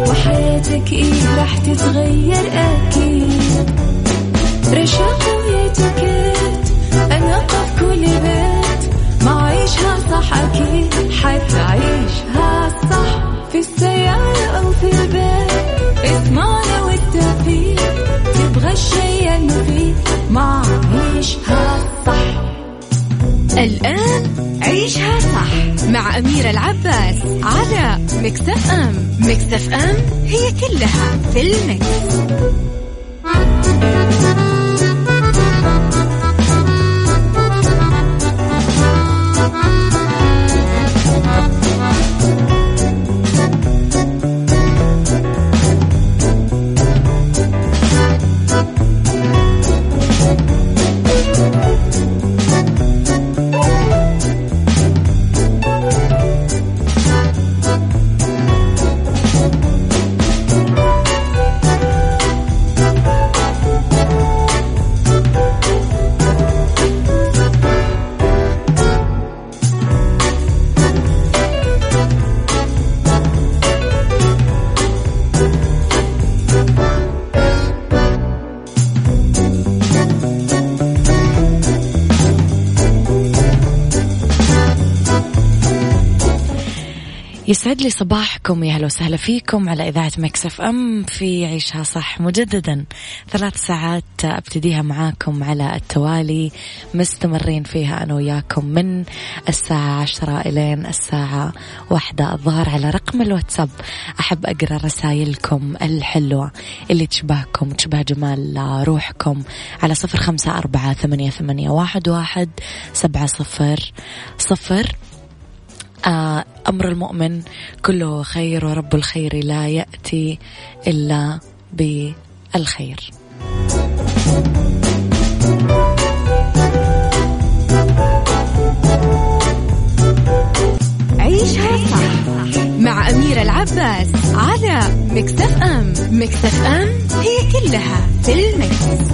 وحياتك إيه راح تتغير أكيد. رشاق ويتوكيت أنا قف كل بيت ما عيشها صح أكيد حتعيشها صح. في السيارة أو في البيت اسمعنا والتوفيق تبغى الشيء المفيد ما عيشها صح. الآن عيشها صح مع أميرة العباس على ميكس اف ام. ميكس اف ام هي كلها في الميكس. يسعد لي صباحكم، يا هلا وسهلا فيكم على إذاعة ميكس اف ام في عيشها صح. مجددا 3 ساعات أبتديها معاكم على التوالي، مستمرين فيها أنا وياكم من الساعة 10 إلين الساعة 1 الظهر على رقم الواتساب. أحب أقرأ رسائلكم الحلوة اللي تشبهكم تشبه جمال روحكم على 0548811700. أمر المؤمن كله خير ورب الخير لا يأتي إلا بالخير. عيشها صح مع أميرة العباس على ميكس اف ام. ميكس اف ام هي كلها في الميكس.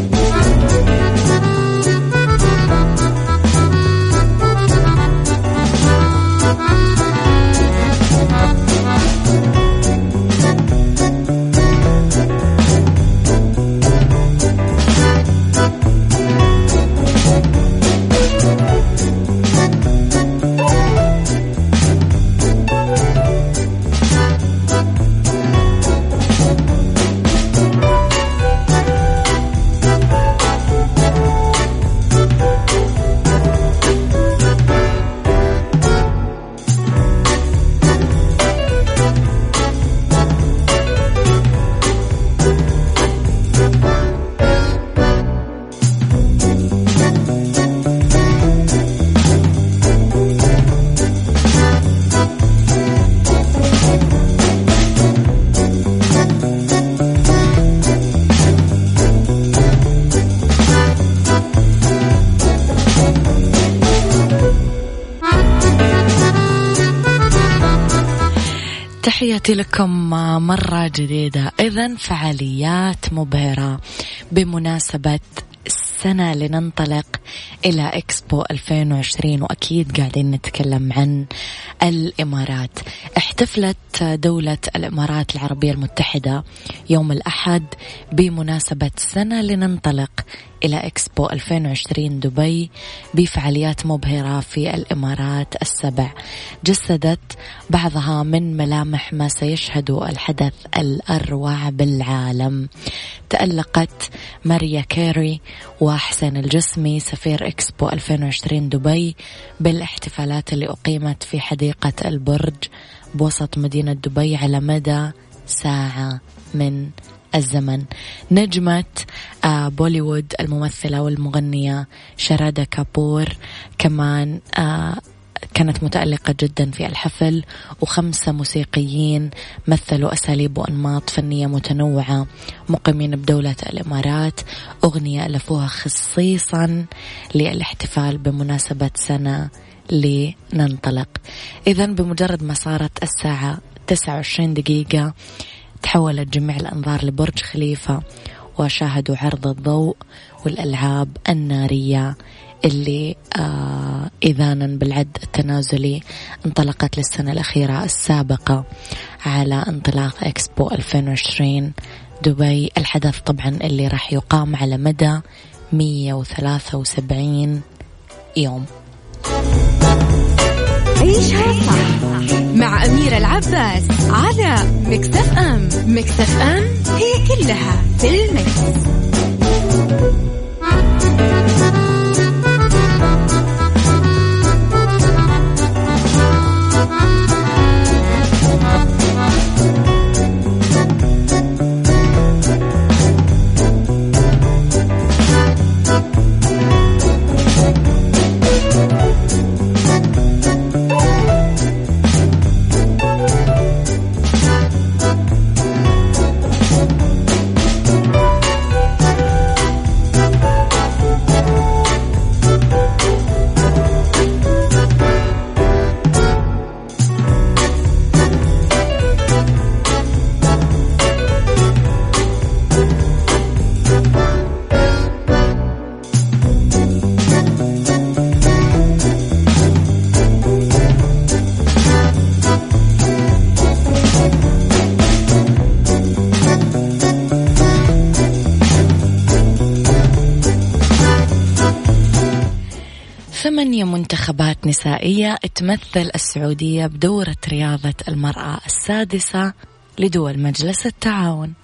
تحياتي لكم مرة جديدة. إذن فعاليات مبهرة بمناسبة السنة لننطلق إلى إكسبو 2020، وأكيد قاعدين نتكلم عن الإمارات. احتفلت دولة الإمارات العربية المتحدة يوم الأحد بمناسبة سنة لننطلق إلى إكسبو 2020 دبي بفعاليات مبهرة في الإمارات السبع، جسدت بعضها من ملامح ما سيشهد الحدث الأروع بالعالم. تألقت ماريا كيري وحسين الجسمي سفير إكسبو 2020 دبي بالاحتفالات اللي أقيمت في حديقة البرج بوسط مدينة دبي على مدى ساعة من الزمن. نجمة بوليوود الممثلة والمغنية شرادا كابور كمان كانت متألقة جدا في الحفل، و5 موسيقيين مثلوا أساليب وأنماط فنية متنوعة مقيمين بدولة الإمارات، أغنية ألفوها خصيصا للاحتفال بمناسبة سنة لننطلق. إذن بمجرد ما صارت الساعة 29 دقيقة تحولت جميع الأنظار لبرج خليفة وشاهدوا عرض الضوء والألعاب النارية اللي إذانا بالعد التنازلي انطلقت للسنة الأخيرة السابقة على انطلاق إكسبو 2020 دبي. الحدث طبعا اللي راح يقام على مدى 173 يوم. عيشها صح مع أميرة العباس على ميكس اف ام. ميكس اف ام هي كلها في الميكس. منتخبات نسائية تمثل السعودية بدورة رياضة المرأة السادسة لدول مجلس التعاون.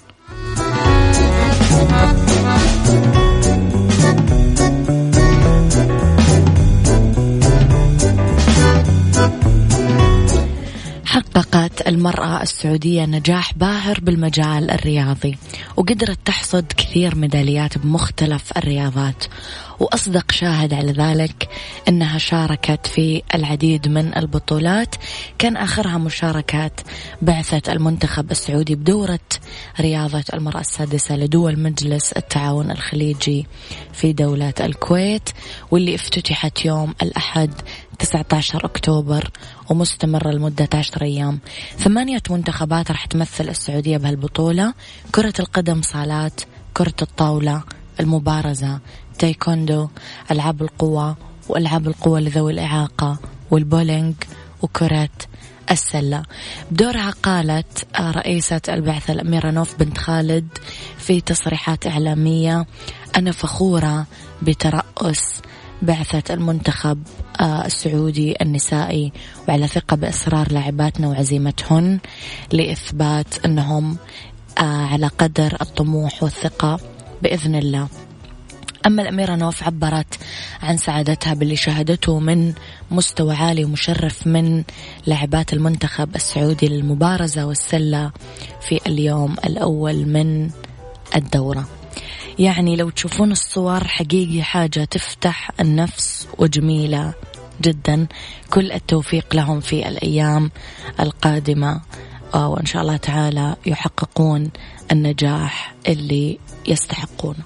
حققت المرأة السعودية نجاح باهر بالمجال الرياضي وقدرت تحصد كثير ميداليات بمختلف الرياضات، وأصدق شاهد على ذلك أنها شاركت في العديد من البطولات، كان آخرها مشاركات بعثة المنتخب السعودي بدورة رياضة المرأة السادسة لدول مجلس التعاون الخليجي في دولة الكويت، واللي افتتحت يوم الأحد 19 أكتوبر ومستمرة لمدة 10 أيام. 8 منتخبات راح تمثل السعودية بهالبطولة: كرة القدم صالات، كرة الطاولة، المبارزة، تايكوندو، ألعاب القوى وألعاب القوى لذوي الإعاقة، والبولينج، وكرة السلة. بدورها قالت رئيسة البعثة الأميرة نوف بنت خالد في تصريحات إعلامية: أنا فخورة بترأس بعثة المنتخب السعودي النسائي، وعلى ثقة بإصرار لاعباتنا وعزيمتهن لإثبات أنهم على قدر الطموح والثقة بإذن الله. أما الأميرة نوف عبرت عن سعادتها باللي شاهدته من مستوى عالي ومشرف من لاعبات المنتخب السعودي للمبارزة والسلة في اليوم الأول من الدورة. يعني لو تشوفون الصور حقيقي حاجة تفتح النفس وجميلة جدا. كل التوفيق لهم في الأيام القادمة، وإن شاء الله تعالى يحققون النجاح اللي يستحقونه.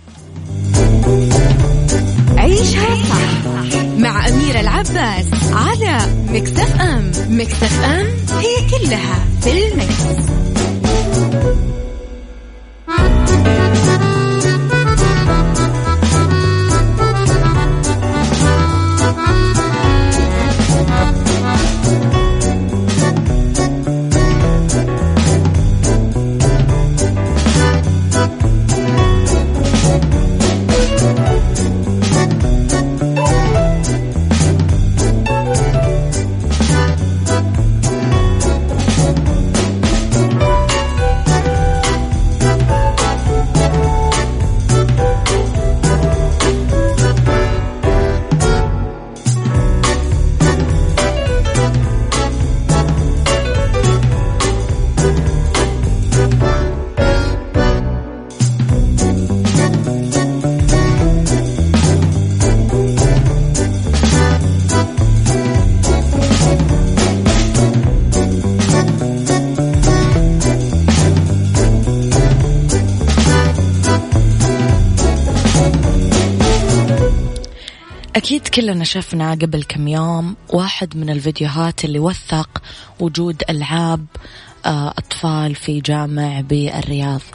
عيشها صح مع أميرة العباس على ميكس اف ام. ميكس اف ام هي كلها في الميكس. أكيد كلنا شفنا قبل كم يوم واحد من الفيديوهات اللي وثق وجود ألعاب أطفال في جامع بالرياض.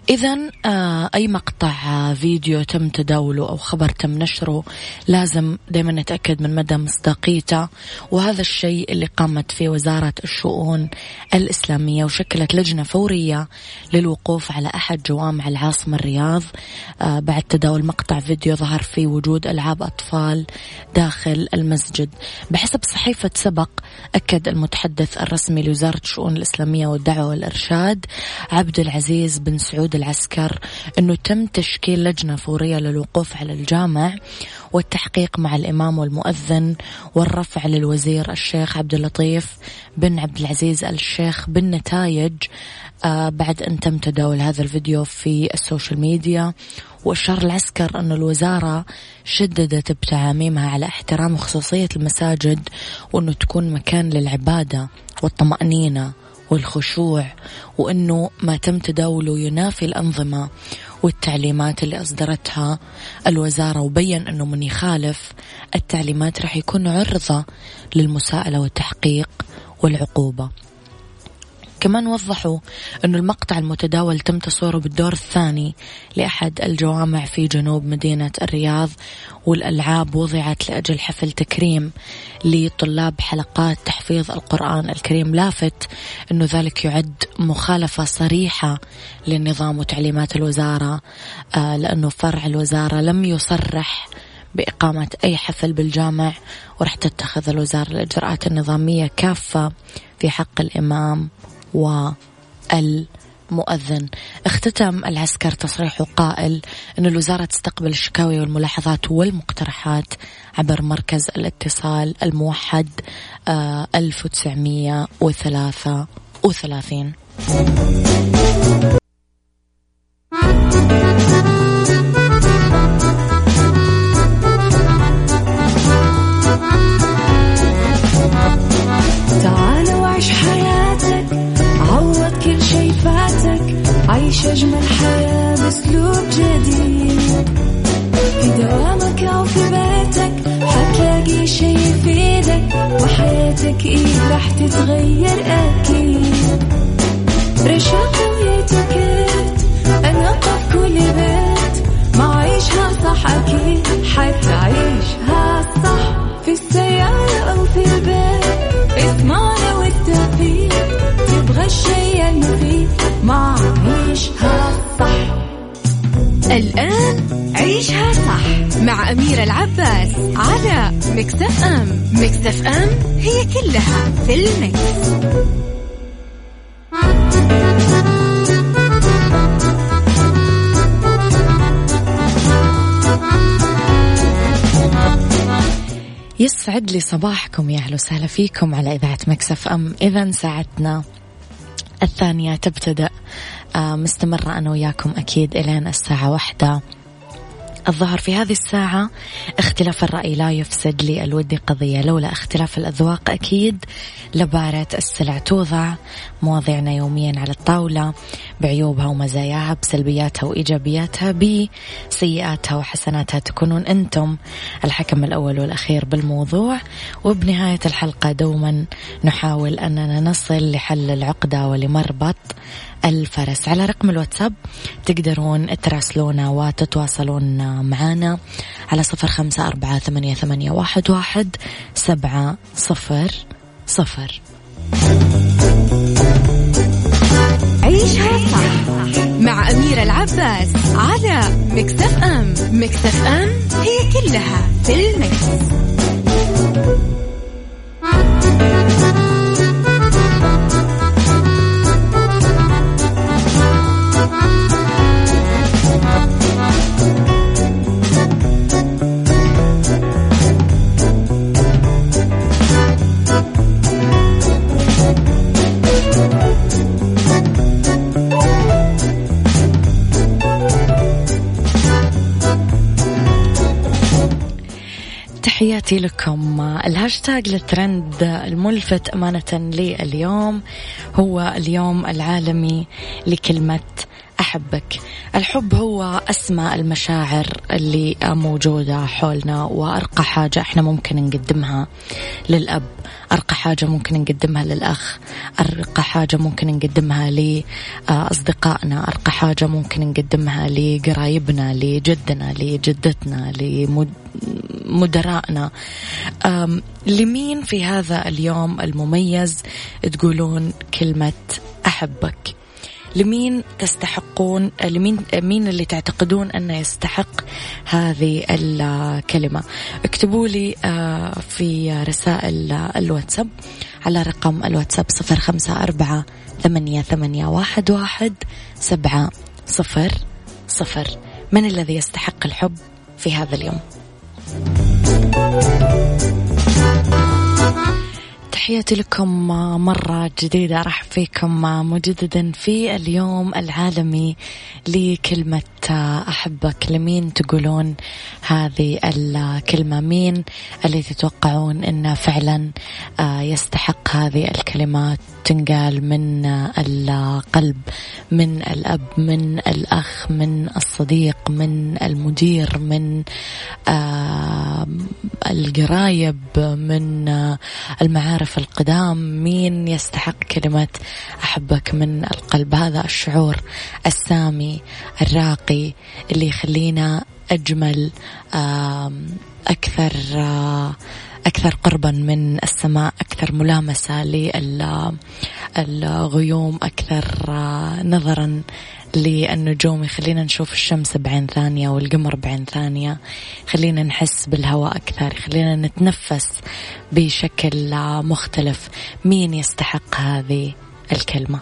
إذن أي مقطع فيديو تم تداوله أو خبر تم نشره لازم دائما نتأكد من مدى مصداقيته، وهذا الشيء اللي قامت فيه وزارة الشؤون الإسلامية، وشكلت لجنة فورية للوقوف على أحد جوامع العاصمة الرياض بعد تداول مقطع فيديو ظهر فيه وجود ألعاب أطفال داخل المسجد. بحسب صحيفة سبق، أكد المتحدث الرسمي لوزارة الشؤون الإسلامية والدعوة والإرشاد عبد العزيز بن سعود العسكر أنه تم تشكيل لجنة فورية للوقوف على الجامع والتحقيق مع الإمام والمؤذن والرفع للوزير الشيخ عبد اللطيف بن عبد العزيز الشيخ بالنتائج بعد أن تم تداول هذا الفيديو في السوشيال ميديا. وأشار العسكر أن الوزارة شددت بتعاميمها على احترام خصوصية المساجد، وأنه تكون مكان للعبادة والطمأنينة والخشوع، وأنه ما تم تداوله ينافي الأنظمة والتعليمات اللي أصدرتها الوزارة، وبين أنه من يخالف التعليمات رح يكون عرضة للمساءلة والتحقيق والعقوبة. كمان وضحوا أنه المقطع المتداول تم تصويره بالدور الثاني لأحد الجوامع في جنوب مدينة الرياض، والألعاب وضعت لأجل حفل تكريم لطلاب حلقات تحفيظ القرآن الكريم. لافت أنه ذلك يعد مخالفة صريحة للنظام وتعليمات الوزارة، لأنه فرع الوزارة لم يصرح بإقامة أي حفل بالجامع، ورح تتخذ الوزارة الإجراءات النظامية كافة في حق الإمام والمؤذن. اختتم العسكر تصريحه قائل أن الوزارة تستقبل الشكاوي والملاحظات والمقترحات عبر مركز الاتصال الموحد 1933. تعال وعيش حياتك، عوض كل شي فاتك، عيش أجمل حياة بأسلوب جديد. في دوامك أو في بيتك حتلاقي شي يفيدك، وحياتك إيه راح تتغير أكيد. رشاق ويتكت أنا قف كل بيت، ما عيشها صح أكيد حتعيشها صح. في السيارة أو في البيت اسمعنا والتوفيق، تبغى الشيء المفيد ما عيشها صح. الآن عيشها صح مع أميرة العباس على ميكس اف ام. ميكس اف ام هي كلها في الميكس. يسعد لي صباحكم، يا أهلا وسهلا فيكم على إذاعة ميكس اف ام. إذن ساعتنا الثانية تبتدأ مستمرة أنا وياكم أكيد إلين الساعة 1 الظهر. في هذه الساعة اختلاف الرأي لا يفسد لي الود قضية، لولا اختلاف الأذواق أكيد لبارة السلع. توضع مواضيعنا يوميا على الطاولة بعيوبها ومزاياها، بسلبياتها وإيجابياتها، بسيئاتها وحسناتها. تكونون أنتم الحكم الأول والأخير بالموضوع، وبنهاية الحلقة دوما نحاول أننا نصل لحل العقدة ولمربط الفرس. على رقم الواتساب تقدرون تراسلونا وتتواصلون معنا على 0548811700. عيشها صح مع أميرة العباس على ميكس اف ام. ميكس اف ام هي كلها في الميكس. تحياتي لكم. الهاشتاج للترند الملفت أمانة لي اليوم هو اليوم العالمي لكلمة أحبك. الحب هو أسمى المشاعر اللي موجودة حولنا، وأرقى حاجة إحنا ممكن نقدمها للأب، أرقى حاجة ممكن نقدمها للأخ، أرقى حاجة ممكن نقدمها لأصدقائنا، أرقى حاجة ممكن نقدمها لقرايبنا، لجدنا، لجدتنا، لمدرائنا. لمين في هذا اليوم المميز تقولون كلمة أحبك؟ لمين تستحقون؟ مين اللي تعتقدون أنه يستحق هذه الكلمة؟ اكتبوا لي في رسائل الواتساب على رقم الواتساب 0548811700. من الذي يستحق الحب في هذا اليوم؟ تحياتي لكم مرة جديدة، أرحب فيكم مجددا في اليوم العالمي لكلمة أحبك. لمين تقولون هذه الكلمة؟ مين اللي تتوقعون أنه فعلا يستحق هذه الكلمات تنقال من القلب، من الأب، من الأخ، من الصديق، من المدير، من القرايب، من المعارف القدام؟ مين يستحق كلمة أحبك من القلب؟ هذا الشعور السامي الراقي اللي يخلينا أجمل، أكثر قربا من السماء، أكثر ملامسة للغيوم، أكثر نظرا للنجوم، يخلينا نشوف الشمس بعين ثانية والقمر بعين ثانية، يخلينا نحس بالهواء أكثر، يخلينا نتنفس بشكل مختلف. مين يستحق هذه الكلمة؟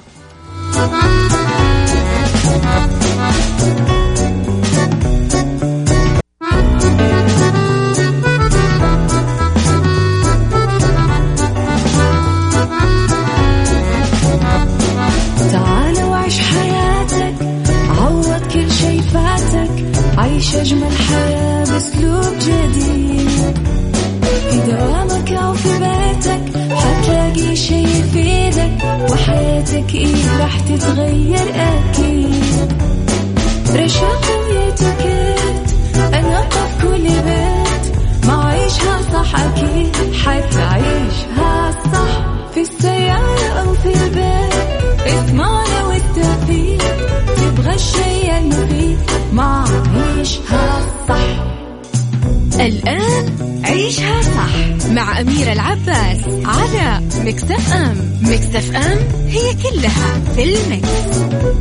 عيش أجمل حياة بأسلوب جديد، في دوامك أو في بيتك حتلاقي شي يفيدك، وحياتك إيه راح تتغير أكيد. رشاق ويتكت أنا في كل بيت، ما عيشها صح أكيد حتعيشها صح، في السيارة أو في البيت اسمعنا والتوفيق، تبغى الشي المفيد ما عيشها صح. الآن عيشها صح مع أميرة العباس على ميكس اف ام. ميكس اف ام هي كلها في الميكس.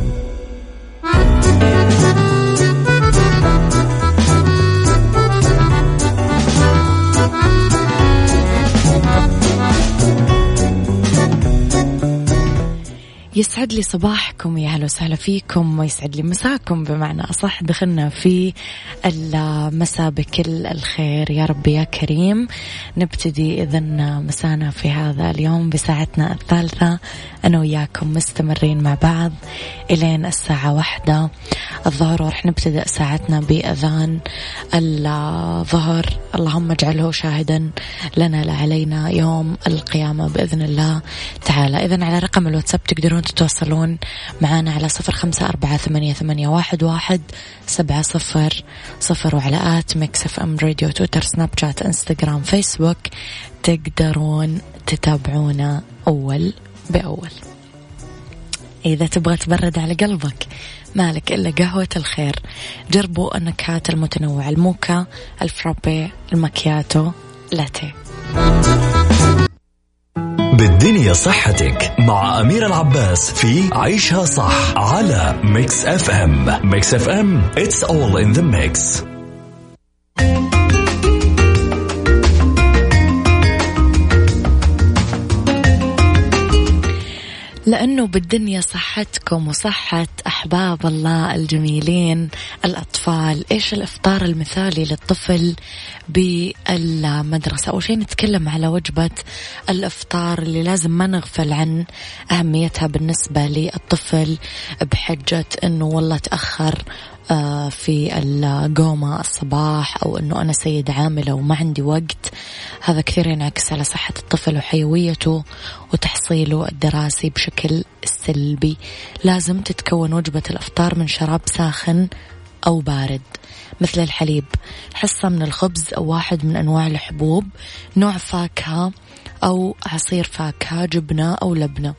يسعد لي صباحكم، يا هلا وسهلا فيكم، ويسعد لي مساكم بمعنى أصح. دخلنا في المساء بكل الخير يا رب يا كريم. نبتدي إذن مسانا في هذا اليوم بساعتنا الثالثة، أنا وياكم مستمرين مع بعض إلين الساعة 1 الظهر، ورح نبتدأ ساعتنا بأذان الظهر. اللهم اجعله شاهدا لنا لا علينا يوم القيامة بإذن الله تعالى. إذن على رقم الواتساب تقدرون تتواصلون معنا على 0548811700، وعلى ميكس اف ام راديو، تويتر، سناب شات، انستغرام، فيسبوك. تقدرون تتابعونا أول بأول. إذا تبغى تبرد على قلبك مالك إلا قهوة الخير. جربوا النكهات المتنوعة، الموكا، الفرابي، الماكياتو، لاتيه. بالدنيا صحتك مع أميرة العباس في عيشها صح على ميكس اف ام. ميكس اف ام it's all in the mix. لأنه بالدنيا صحتكم وصحة أحباب الله الجميلين الأطفال. إيش الإفطار المثالي للطفل بالمدرسة؟ أول شيء نتكلم على وجبة الإفطار اللي لازم ما نغفل عن أهميتها بالنسبة للطفل، بحجة أنه والله تأخر في القومة الصباح، أو أنه أنا سيد عاملة وما عندي وقت، هذا كثير ينعكس على صحة الطفل وحيويته وتحصيله الدراسي بشكل سلبي. لازم تتكون وجبة الإفطار من شراب ساخن أو بارد مثل الحليب، حصة من الخبز أو واحد من أنواع الحبوب، نوع فاكهة أو عصير فاكهة، جبنة أو لبنة.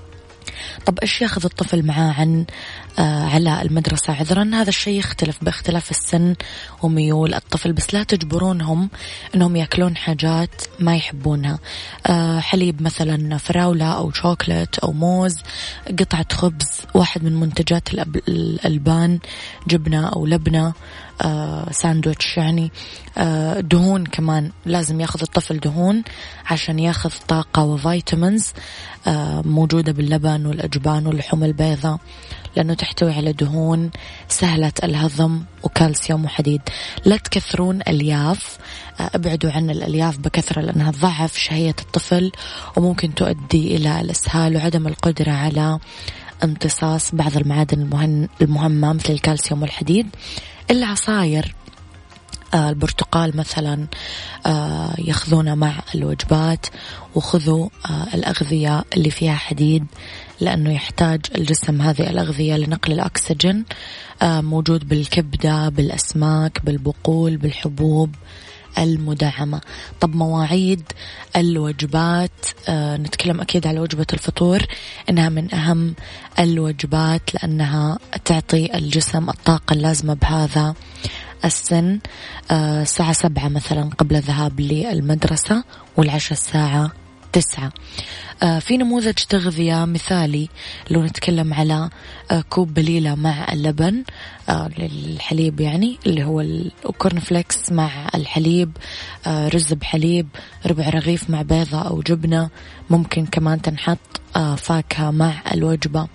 طب إيش ياخذ الطفل معاه على المدرسة؟ عذرا هذا الشيء يختلف باختلاف السن وميول الطفل، بس لا تجبرونهم أنهم يأكلون حاجات ما يحبونها. حليب مثلا، فراولة أو شوكولات أو موز، قطعة خبز، واحد من منتجات الألبان، جبنة أو لبنة، ساندويتش يعني. دهون كمان لازم ياخذ الطفل دهون عشان ياخذ طاقة وفيتامينز موجودة باللبن والأجبان واللحوم البيضاء، لأنه تحتوي على دهون سهلة الهضم وكالسيوم وحديد. لا تكثرون ألياف، ابعدوا عن الألياف بكثرة لأنها تضعف شهية الطفل وممكن تؤدي إلى الإسهال وعدم القدرة على امتصاص بعض المعادن المهمة مثل الكالسيوم والحديد. العصاير، البرتقال مثلا ياخذونه مع الوجبات، وخذوا الأغذية اللي فيها حديد لأنه يحتاج الجسم هذه الأغذية لنقل الأكسجين، موجود بالكبدة، بالأسماك، بالبقول، بالحبوب المدعمة. طب مواعيد الوجبات، نتكلم أكيد على وجبة الفطور، إنها من أهم الوجبات لأنها تعطي الجسم الطاقة اللازمة بهذا السن. الساعة 7 مثلا قبل الذهاب للمدرسة، والعشاء الساعة 9. في نموذج تغذية مثالي لو نتكلم على كوب بليلة مع اللبن للحليب، يعني اللي هو الكورن فليكس مع الحليب، رز بحليب، ربع رغيف مع بيضة أو جبنة، ممكن كمان تنحط فاكهة مع الوجبة.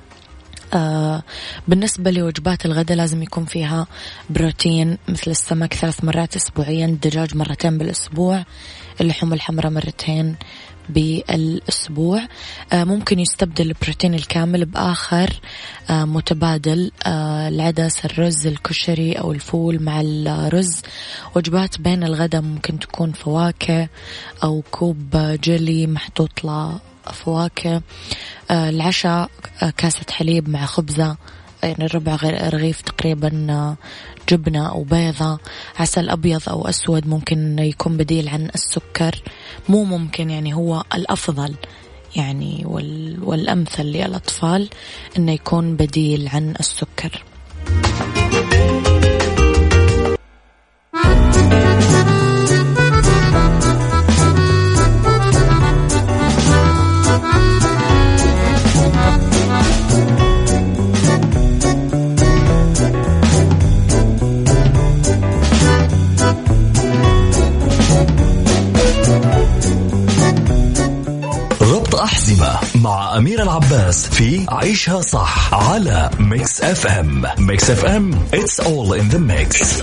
بالنسبة لوجبات الغداء لازم يكون فيها بروتين مثل السمك 3 مرات أسبوعيا، الدجاج 2 مرات بالأسبوع، اللحوم الحمراء 2 مرات بالأسبوع. ممكن يستبدل البروتين الكامل بآخر متبادل، العدس، الرز، الكشري أو الفول مع الرز. وجبات بين الغداء ممكن تكون فواكه أو كوب جيلي محطوط له فواكه. العشاء كاسة حليب مع خبزة، يعني ربع رغيف تقريبا جبنة أو بيضة. عسل أبيض أو أسود ممكن يكون بديل عن السكر، مو ممكن يعني هو الأفضل يعني والأمثل للأطفال إنه يكون بديل عن السكر. مع أميرة العباس في عيشها صح على ميكس اف ام. ميكس اف ام it's all in the mix.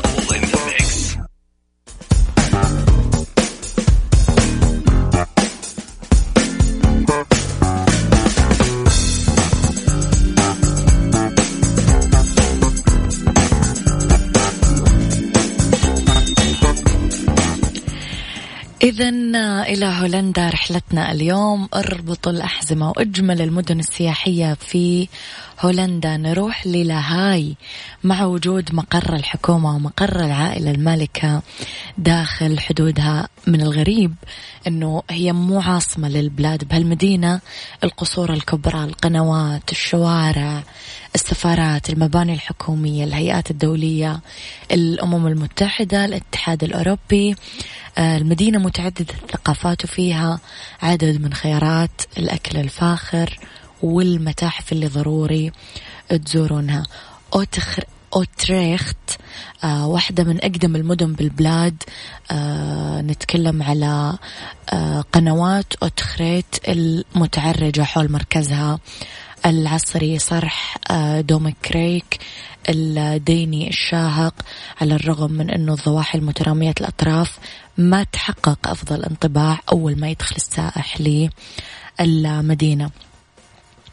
إذن إلى هولندا رحلتنا اليوم. اربطوا الأحزمة، وأجمل المدن السياحية في هولندا نروح للاهاي، مع وجود مقر الحكومة ومقر العائلة المالكة داخل حدودها. من الغريب أنه هي مو عاصمة للبلاد بهالمدينة، القصور الكبرى، القنوات، الشوارع، السفارات، المباني الحكومية، الهيئات الدولية، الأمم المتحدة، الاتحاد الأوروبي. المدينة متعددة الثقافات وفيها عدد من خيارات الأكل الفاخر والمتاحف اللي ضروري تزورونها. أوتريخت واحدة من أقدم المدن بالبلاد. نتكلم على قنوات أوتخريت المتعرجة حول مركزها العصري، صرح دومكريك الديني الشاهق. على الرغم من أنه الضواحي المترامية الأطراف ما تحقق أفضل انطباع أول ما يدخل السائح للمدينة.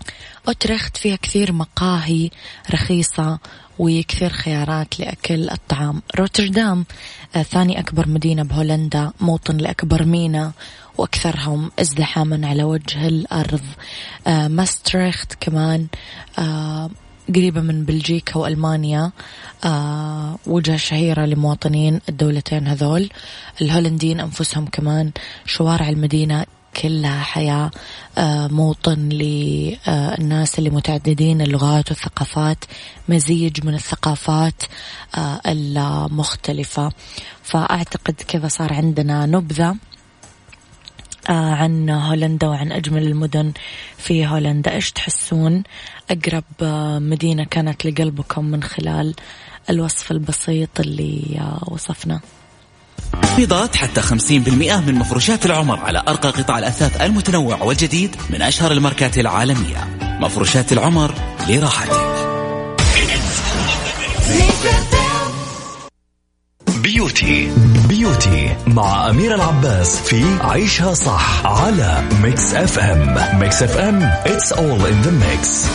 أوترخت فيها كثير مقاهي رخيصة وكثير خيارات لأكل الطعام. روتردام ثاني أكبر مدينة بهولندا، موطن لأكبر ميناء وأكثرهم ازدحاما على وجه الأرض. ماستريخت كمان قريبة من بلجيكا وألمانيا، وجهة شهيرة لمواطنين الدولتين هذول. الهولنديين أنفسهم كمان شوارع المدينة كلها حياة، موطن للناس اللي متعددين اللغات والثقافات، مزيج من الثقافات المختلفة. فأعتقد كذا صار عندنا نبذة عن هولندا وعن أجمل المدن في هولندا. إيش تحسون أقرب مدينة كانت لقلبكم من خلال الوصف البسيط اللي وصفنا؟ خفضات حتى 50% من مفروشات العمر على أرقى قطع الأثاث المتنوع والجديد من أشهر الماركات العالمية. مفروشات العمر لراحتك. بيوتي مع أميرة العباس في عيشها صح على ميكس اف ام. ميكس اف ام it's all in the mix.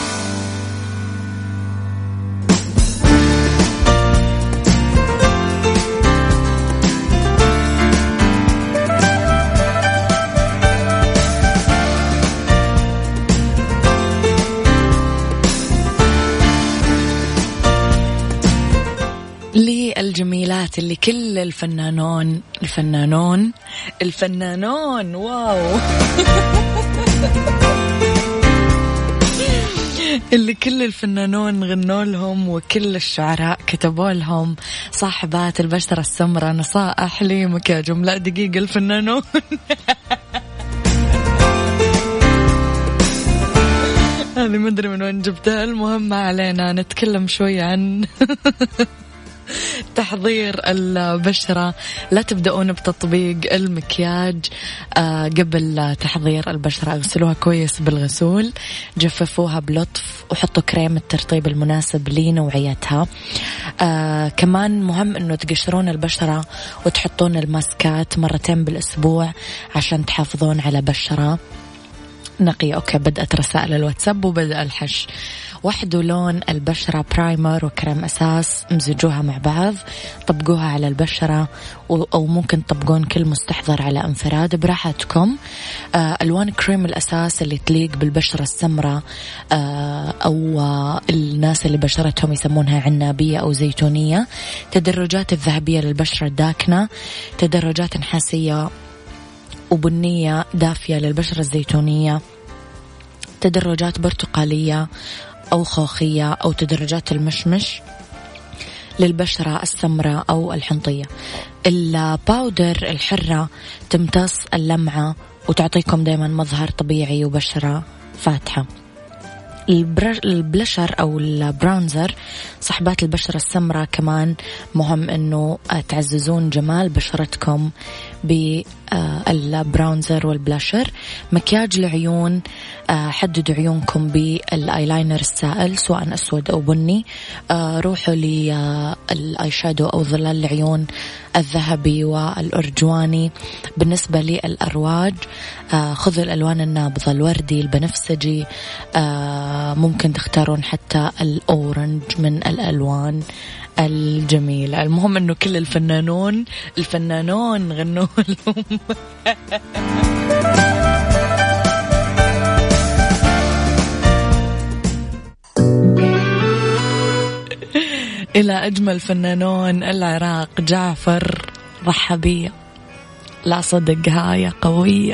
الجميلات اللي كل الفنانون واو اللي كل الفنانون غنوا لهم وكل الشعراء كتبوا لهم صاحبات البشرة السمراء نصائح لمكياج. لا دقيقة، الفنانون هذه ما أدري من وين جبتها. المهم ما علينا، نتكلم شوي عن تحضير البشرة. لا تبدأون بتطبيق المكياج قبل تحضير البشرة. اغسلوها كويس بالغسول، جففوها بلطف، وحطوا كريم الترطيب المناسب لنوعيتها. كمان مهم انه تقشرون البشرة وتحطون الماسكات مرتين بالأسبوع عشان تحافظون على بشرة نقية. أوكي، بدأت رسائل الواتساب وبدأ الحش. وحدوا لون البشرة برايمر وكريم أساس، مزجوها مع بعض، طبقوها على البشرة، أو ممكن تطبقون كل مستحضر على انفراد براحتكم. ألوان كريم الأساس اللي تليق بالبشرة السمراء أو الناس اللي بشرتهم يسمونها عنابية أو زيتونية. تدرجات الذهبية للبشرة الداكنة، تدرجات نحاسية وبنية دافية للبشرة الزيتونية، تدرجات برتقالية أو خوخية، أو تدرجات المشمش للبشرة السمراء أو الحنطية. الباودر الحرة تمتص اللمعة وتعطيكم دايما مظهر طبيعي وبشرة فاتحة. البلشر أو البراونزر صحبات البشرة السمراء كمان مهم أنه تعززون جمال بشرتكم بالبراونزر والبلشر. مكياج العيون، حددوا عيونكم بالايلاينر السائل سواء أسود أو بني. روحوا للآي شادو أو ظلال العيون الذهبي والأرجواني. بالنسبة للأرواج خذوا الألوان النابضة، الوردي، البنفسجي، ممكن تختارون حتى الأورنج من الألوان الجميلة. المهم أنه كل الفنانون غنوا لهم إلى أجمل فنانون العراق، جعفر رحبية. لا صدق هاي قوية.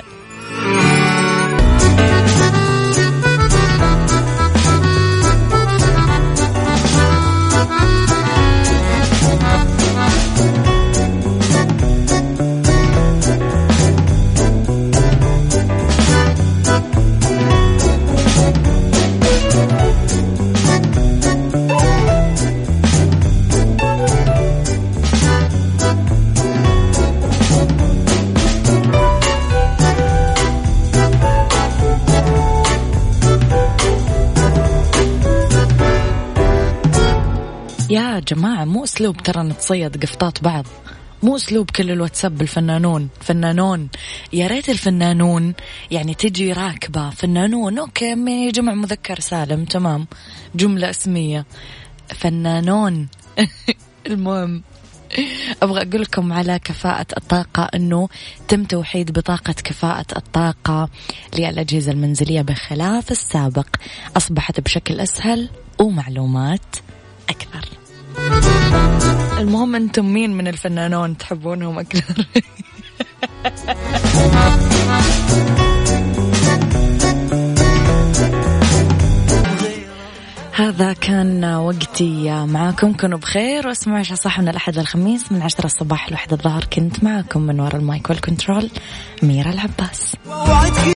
يا جماعة مو أسلوب ترى نتصيد قفطات بعض، مو أسلوب كل الواتساب بالفنانون. فنانون، يا ريت الفنانون يعني تجي راكبة فنانون، أوكي جمع مذكر سالم تمام، جملة اسمية، فنانون. المهم أبغى أقول لكم على كفاءة الطاقة، أنه تم توحيد بطاقة كفاءة الطاقة للأجهزة المنزلية بخلاف السابق، أصبحت بشكل أسهل ومعلومات أكثر. المهم أنتم مين من الفنانون تحبونهم أكثر؟ هذا كان وقتي معاكم، كنوا بخير واسمعوا عيشها صح من الأحد للخميس من 10 الصباح ل1 الظهر. كنت معاكم من وراء المايك والكنترول أميرة العباس.